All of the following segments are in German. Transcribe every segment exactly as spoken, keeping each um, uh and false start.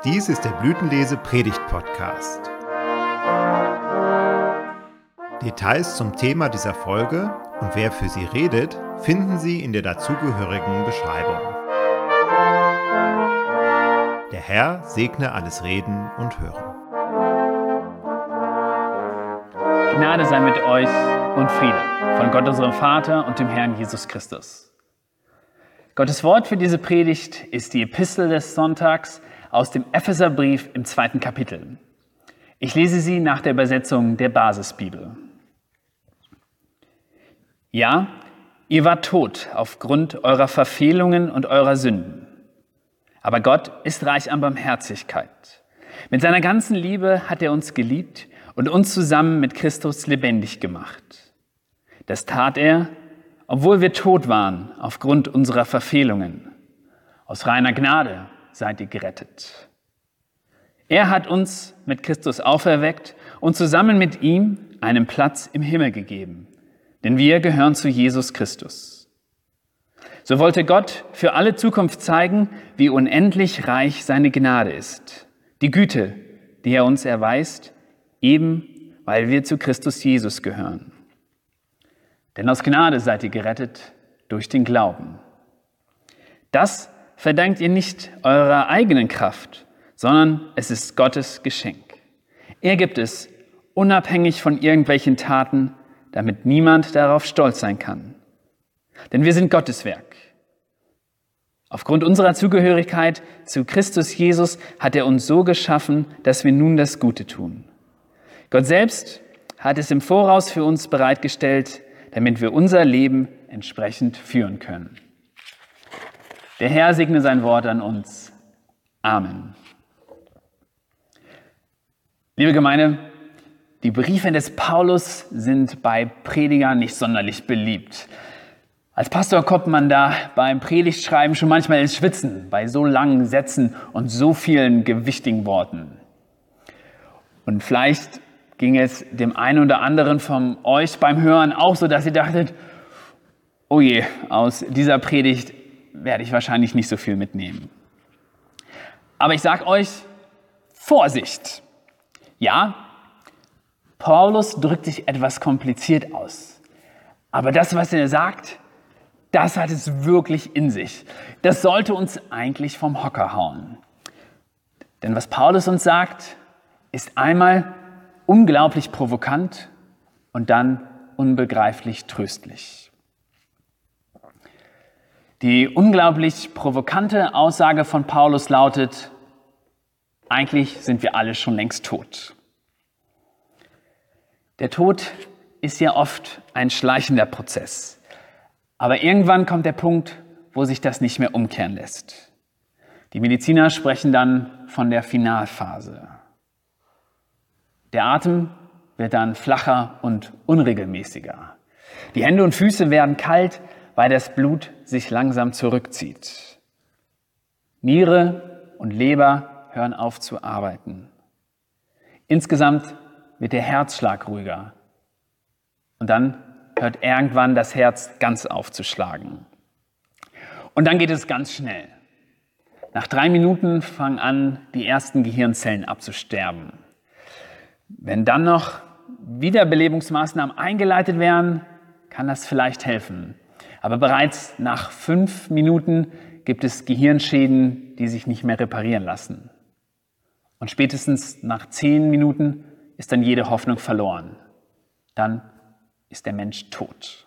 Dies ist der Blütenlese Predigt Podcast. Details zum Thema dieser Folge und wer für sie redet, finden Sie in der dazugehörigen Beschreibung. Der Herr segne alles Reden und Hören. Gnade sei mit euch und Friede von Gott, unserem Vater und dem Herrn Jesus Christus. Gottes Wort für diese Predigt ist die Epistel des Sonntags aus dem Epheserbrief im zweiten Kapitel. Ich lese sie nach der Übersetzung der Basisbibel. Ja, ihr wart tot aufgrund eurer Verfehlungen und eurer Sünden. Aber Gott ist reich an Barmherzigkeit. Mit seiner ganzen Liebe hat er uns geliebt und uns zusammen mit Christus lebendig gemacht. Das tat er, obwohl wir tot waren aufgrund unserer Verfehlungen. Aus reiner Gnade seid ihr gerettet. Er hat uns mit Christus auferweckt und zusammen mit ihm einen Platz im Himmel gegeben, denn wir gehören zu Jesus Christus. So wollte Gott für alle Zukunft zeigen, wie unendlich reich seine Gnade ist, die Güte, die er uns erweist, eben weil wir zu Christus Jesus gehören. Denn aus Gnade seid ihr gerettet durch den Glauben. Das verdankt ihr nicht eurer eigenen Kraft, sondern es ist Gottes Geschenk. Er gibt es unabhängig von irgendwelchen Taten, damit niemand darauf stolz sein kann. Denn wir sind Gottes Werk. Aufgrund unserer Zugehörigkeit zu Christus Jesus hat er uns so geschaffen, dass wir nun das Gute tun. Gott selbst hat es im Voraus für uns bereitgestellt, damit wir unser Leben entsprechend führen können. Der Herr segne sein Wort an uns. Amen. Liebe Gemeinde, die Briefe des Paulus sind bei Predigern nicht sonderlich beliebt. Als Pastor kommt man da beim Predigtschreiben schon manchmal ins Schwitzen, bei so langen Sätzen und so vielen gewichtigen Worten. Und vielleicht ging es dem einen oder anderen von euch beim Hören auch so, dass ihr dachtet, oh je, aus dieser Predigt werde ich wahrscheinlich nicht so viel mitnehmen. Aber ich sage euch, Vorsicht! Ja, Paulus drückt sich etwas kompliziert aus. Aber das, was er sagt, das hat es wirklich in sich. Das sollte uns eigentlich vom Hocker hauen. Denn was Paulus uns sagt, ist einmal unglaublich provokant und dann unbegreiflich tröstlich. Die unglaublich provokante Aussage von Paulus lautet: Eigentlich sind wir alle schon längst tot. Der Tod ist ja oft ein schleichender Prozess. Aber irgendwann kommt der Punkt, wo sich das nicht mehr umkehren lässt. Die Mediziner sprechen dann von der Finalphase. Der Atem wird dann flacher und unregelmäßiger. Die Hände und Füße werden kalt, weil das Blut sich langsam zurückzieht. Niere und Leber hören auf zu arbeiten. Insgesamt wird der Herzschlag ruhiger. Und dann hört irgendwann das Herz ganz auf zu schlagen. Und dann geht es ganz schnell. Nach drei Minuten fangen an, die ersten Gehirnzellen abzusterben. Wenn dann noch Wiederbelebungsmaßnahmen eingeleitet werden, kann das vielleicht helfen. Aber bereits nach fünf Minuten gibt es Gehirnschäden, die sich nicht mehr reparieren lassen. Und spätestens nach zehn Minuten ist dann jede Hoffnung verloren. Dann ist der Mensch tot.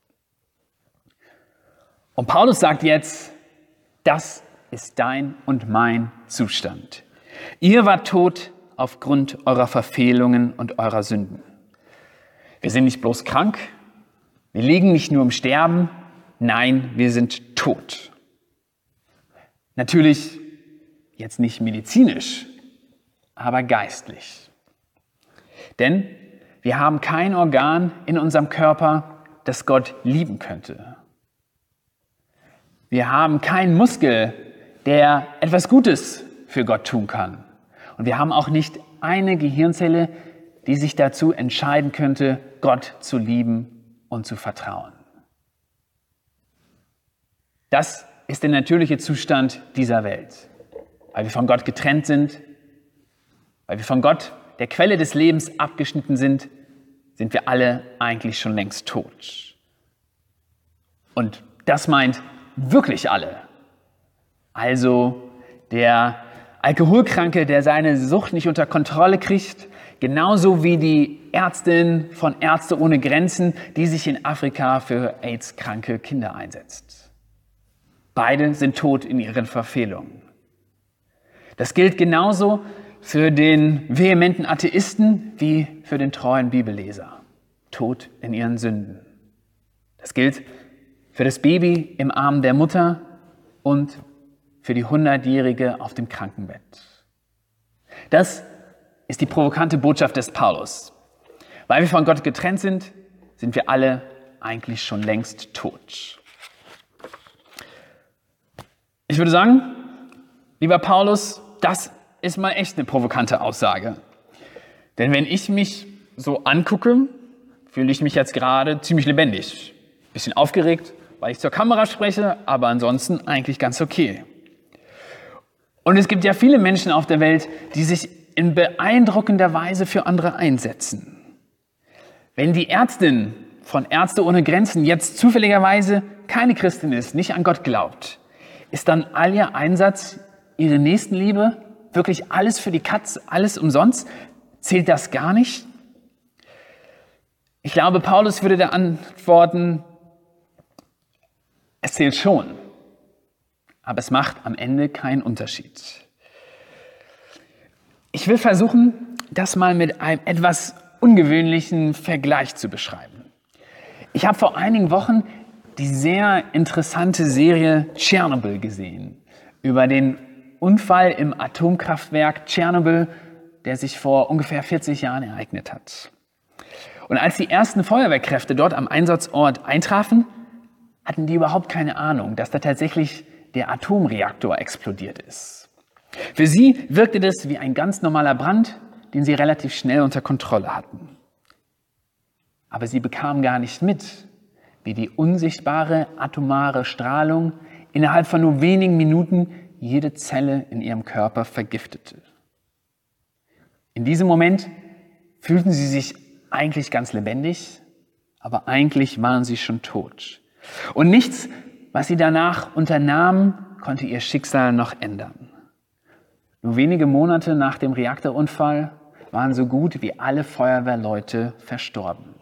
Und Paulus sagt jetzt, das ist dein und mein Zustand. Ihr wart tot aufgrund eurer Verfehlungen und eurer Sünden. Wir sind nicht bloß krank, wir liegen nicht nur im Sterben, nein, wir sind tot. Natürlich jetzt nicht medizinisch, aber geistlich. Denn wir haben kein Organ in unserem Körper, das Gott lieben könnte. Wir haben keinen Muskel, der etwas Gutes für Gott tun kann. Und wir haben auch nicht eine Gehirnzelle, die sich dazu entscheiden könnte, Gott zu lieben und zu vertrauen. Das ist der natürliche Zustand dieser Welt. weil wir von Gott getrennt sind, weil wir von Gott, der Quelle des Lebens, abgeschnitten sind, sind wir alle eigentlich schon längst tot. Und das meint wirklich alle. Also der Alkoholkranke, der seine Sucht nicht unter Kontrolle kriegt, genauso wie die Ärztin von Ärzte ohne Grenzen, die sich in Afrika für AIDS-kranke Kinder einsetzt. Beide sind tot in ihren Verfehlungen. Das gilt genauso für den vehementen Atheisten wie für den treuen Bibelleser. Tot in ihren Sünden. Das gilt für das Baby im Arm der Mutter und für die Hundertjährige auf dem Krankenbett. Das ist die provokante Botschaft des Paulus. Weil wir von Gott getrennt sind, sind wir alle eigentlich schon längst tot. Ich würde sagen, lieber Paulus, das ist mal echt eine provokante Aussage. Denn wenn ich mich so angucke, fühle ich mich jetzt gerade ziemlich lebendig. Bisschen aufgeregt, weil ich zur Kamera spreche, aber ansonsten eigentlich ganz okay. Und es gibt ja viele Menschen auf der Welt, die sich in beeindruckender Weise für andere einsetzen. Wenn die Ärztin von Ärzte ohne Grenzen jetzt zufälligerweise keine Christin ist, nicht an Gott glaubt, ist dann all ihr Einsatz, ihre Nächstenliebe, wirklich alles für die Katz, alles umsonst? Zählt das gar nicht? Ich glaube, Paulus würde da antworten, es zählt schon, aber es macht am Ende keinen Unterschied. Ich will versuchen, das mal mit einem etwas ungewöhnlichen Vergleich zu beschreiben. Ich habe vor einigen Wochen die sehr interessante Serie Tschernobyl gesehen, über den Unfall im Atomkraftwerk Tschernobyl, der sich vor ungefähr vierzig Jahren ereignet hat. Und als die ersten Feuerwehrkräfte dort am Einsatzort eintrafen, hatten die überhaupt keine Ahnung, dass da tatsächlich der Atomreaktor explodiert ist. Für sie wirkte das wie ein ganz normaler Brand, den sie relativ schnell unter Kontrolle hatten. Aber sie bekamen gar nicht mit, wie die unsichtbare atomare Strahlung innerhalb von nur wenigen Minuten jede Zelle in ihrem Körper vergiftete. In diesem Moment fühlten sie sich eigentlich ganz lebendig, aber eigentlich waren sie schon tot. Und nichts, was sie danach unternahmen, konnte ihr Schicksal noch ändern. Nur wenige Monate nach dem Reaktorunfall waren so gut wie alle Feuerwehrleute verstorben.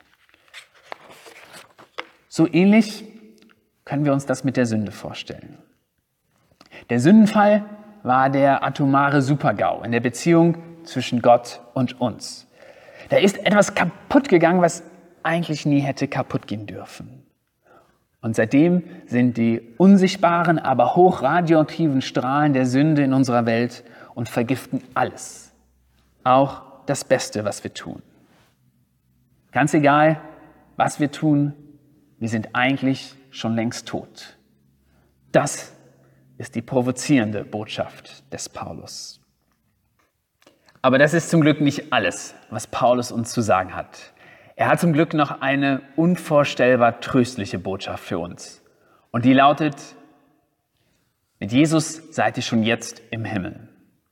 So ähnlich können wir uns das mit der Sünde vorstellen. Der Sündenfall war der atomare Super-GAU in der Beziehung zwischen Gott und uns. Da ist etwas kaputt gegangen, was eigentlich nie hätte kaputt gehen dürfen. Und seitdem sind die unsichtbaren, aber hochradioaktiven Strahlen der Sünde in unserer Welt und vergiften alles. Auch das Beste, was wir tun. Ganz egal, was wir tun, wir sind eigentlich schon längst tot. Das ist die provozierende Botschaft des Paulus. Aber das ist zum Glück nicht alles, was Paulus uns zu sagen hat. Er hat zum Glück noch eine unvorstellbar tröstliche Botschaft für uns. Und die lautet, mit Jesus seid ihr schon jetzt im Himmel.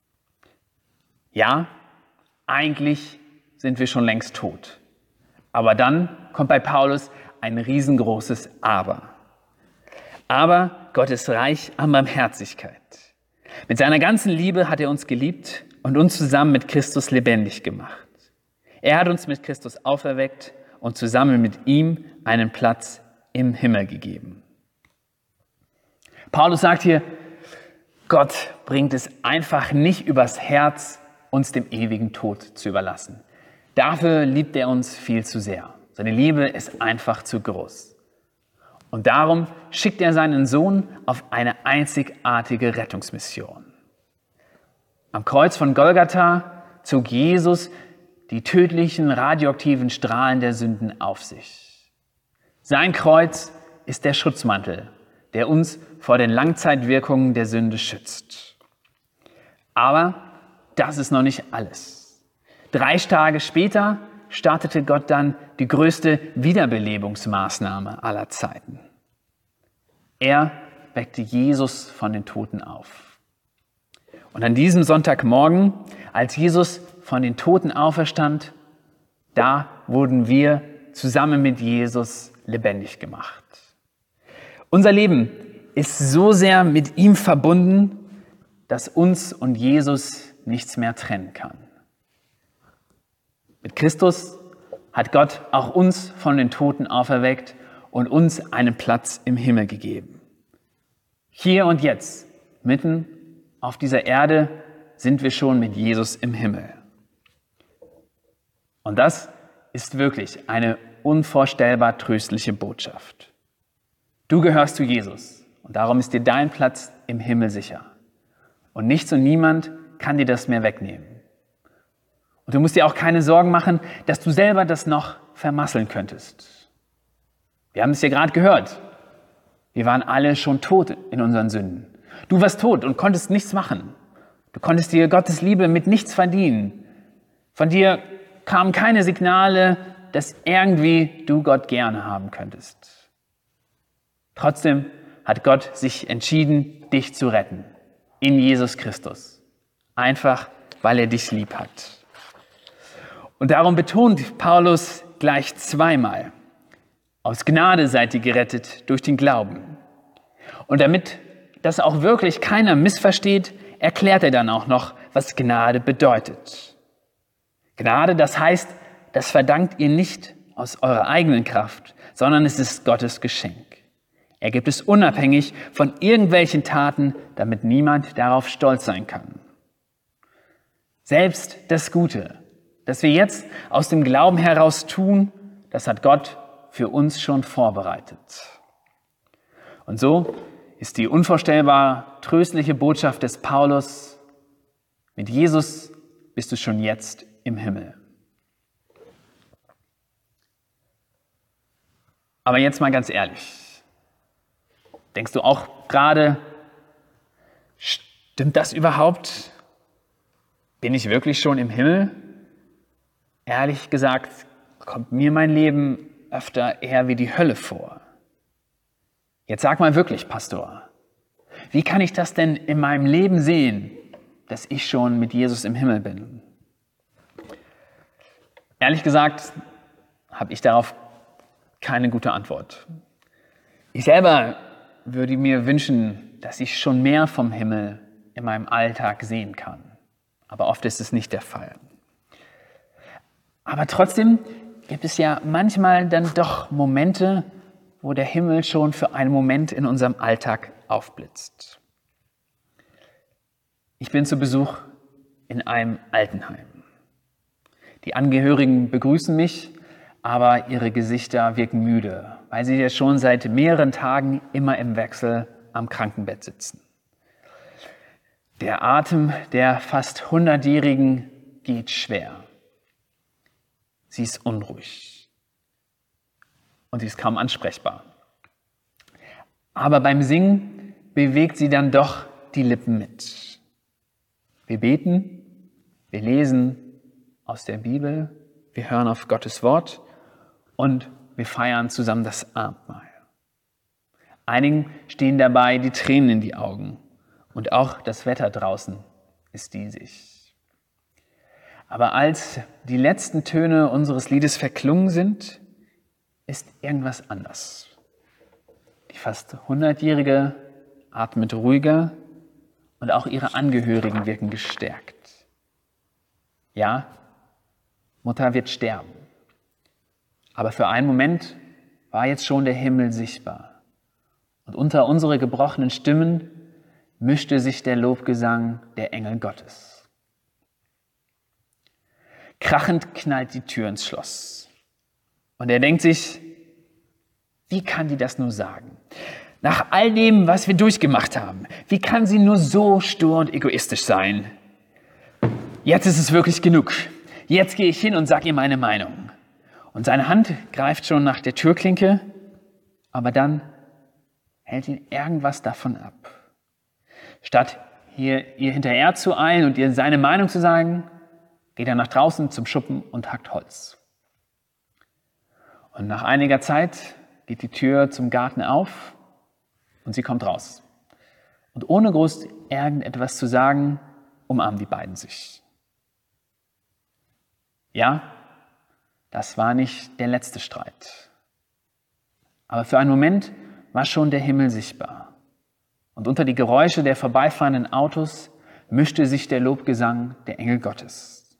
Ja, eigentlich sind wir schon längst tot. Aber dann kommt bei Paulus ein riesengroßes Aber. Aber Gott ist reich an Barmherzigkeit. Mit seiner ganzen Liebe hat er uns geliebt und uns zusammen mit Christus lebendig gemacht. Er hat uns mit Christus auferweckt und zusammen mit ihm einen Platz im Himmel gegeben. Paulus sagt hier, Gott bringt es einfach nicht übers Herz, uns dem ewigen Tod zu überlassen. Dafür liebt er uns viel zu sehr. Seine Liebe ist einfach zu groß. Und darum schickt er seinen Sohn auf eine einzigartige Rettungsmission. Am Kreuz von Golgatha zog Jesus die tödlichen radioaktiven Strahlen der Sünden auf sich. Sein Kreuz ist der Schutzmantel, der uns vor den Langzeitwirkungen der Sünde schützt. Aber das ist noch nicht alles. Drei Tage später startete Gott dann die größte Wiederbelebungsmaßnahme aller Zeiten. Er weckte Jesus von den Toten auf. Und an diesem Sonntagmorgen, als Jesus von den Toten auferstand, da wurden wir zusammen mit Jesus lebendig gemacht. Unser Leben ist so sehr mit ihm verbunden, dass uns und Jesus nichts mehr trennen kann. Mit Christus hat Gott auch uns von den Toten auferweckt und uns einen Platz im Himmel gegeben. Hier und jetzt, mitten auf dieser Erde, sind wir schon mit Jesus im Himmel. Und das ist wirklich eine unvorstellbar tröstliche Botschaft. Du gehörst zu Jesus und darum ist dir dein Platz im Himmel sicher. Und nichts und niemand kann dir das mehr wegnehmen. Und du musst dir auch keine Sorgen machen, dass du selber das noch vermasseln könntest. Wir haben es ja gerade gehört. Wir waren alle schon tot in unseren Sünden. Du warst tot und konntest nichts machen. Du konntest dir Gottes Liebe mit nichts verdienen. Von dir kamen keine Signale, dass irgendwie du Gott gerne haben könntest. Trotzdem hat Gott sich entschieden, dich zu retten. In Jesus Christus. Einfach, weil er dich lieb hat. Und darum betont Paulus gleich zweimal: Aus Gnade seid ihr gerettet durch den Glauben. Und damit das auch wirklich keiner missversteht, erklärt er dann auch noch, was Gnade bedeutet. Gnade, das heißt, das verdankt ihr nicht aus eurer eigenen Kraft, sondern es ist Gottes Geschenk. Er gibt es unabhängig von irgendwelchen Taten, damit niemand darauf stolz sein kann. Selbst das Gute, das wir jetzt aus dem Glauben heraus tun, das hat Gott für uns schon vorbereitet. Und so ist die unvorstellbar tröstliche Botschaft des Paulus: Mit Jesus bist du schon jetzt im Himmel. Aber jetzt mal ganz ehrlich. Denkst du auch gerade, stimmt das überhaupt? Bin ich wirklich schon im Himmel? Ehrlich gesagt, kommt mir mein Leben öfter eher wie die Hölle vor. Jetzt sag mal wirklich, Pastor, wie kann ich das denn in meinem Leben sehen, dass ich schon mit Jesus im Himmel bin? Ehrlich gesagt, habe ich darauf keine gute Antwort. Ich selber würde mir wünschen, dass ich schon mehr vom Himmel in meinem Alltag sehen kann. Aber oft ist es nicht der Fall. Aber trotzdem gibt es ja manchmal dann doch Momente, wo der Himmel schon für einen Moment in unserem Alltag aufblitzt. Ich bin zu Besuch in einem Altenheim. Die Angehörigen begrüßen mich, aber ihre Gesichter wirken müde, weil sie ja schon seit mehreren Tagen immer im Wechsel am Krankenbett sitzen. Der Atem der fast hundertjährigen geht schwer. Sie ist unruhig und sie ist kaum ansprechbar. Aber beim Singen bewegt sie dann doch die Lippen mit. Wir beten, wir lesen aus der Bibel, wir hören auf Gottes Wort und wir feiern zusammen das Abendmahl. Einigen stehen dabei die Tränen in die Augen und auch das Wetter draußen ist diesig. Aber als die letzten Töne unseres Liedes verklungen sind, ist irgendwas anders. Die fast hundertjährige atmet ruhiger und auch ihre Angehörigen wirken gestärkt. Ja, Mutter wird sterben. Aber für einen Moment war jetzt schon der Himmel sichtbar. Und unter unsere gebrochenen Stimmen mischte sich der Lobgesang der Engel Gottes. Krachend knallt die Tür ins Schloss. Und er denkt sich, wie kann die das nur sagen? Nach all dem, was wir durchgemacht haben, wie kann sie nur so stur und egoistisch sein? Jetzt ist es wirklich genug. Jetzt gehe ich hin und sage ihr meine Meinung. Und seine Hand greift schon nach der Türklinke, aber dann hält ihn irgendwas davon ab. Statt hier ihr hinterher zu eilen und ihr seine Meinung zu sagen, geht er nach draußen zum Schuppen und hackt Holz. Und nach einiger Zeit geht die Tür zum Garten auf und sie kommt raus. Und ohne groß irgendetwas zu sagen, umarmen die beiden sich. Ja, das war nicht der letzte Streit. Aber für einen Moment war schon der Himmel sichtbar. Und unter die Geräusche der vorbeifahrenden Autos mischte sich der Lobgesang der Engel Gottes.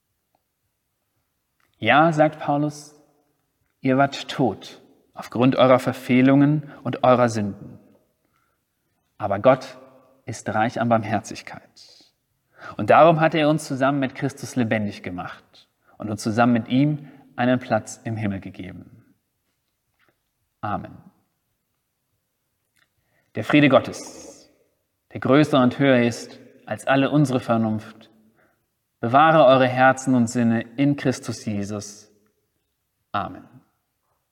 Ja, sagt Paulus, ihr wart tot aufgrund eurer Verfehlungen und eurer Sünden. Aber Gott ist reich an Barmherzigkeit. Und darum hat er uns zusammen mit Christus lebendig gemacht und uns zusammen mit ihm einen Platz im Himmel gegeben. Amen. Der Friede Gottes, der größer und höher ist als alle unsere Vernunft, bewahre eure Herzen und Sinne in Christus Jesus. Amen.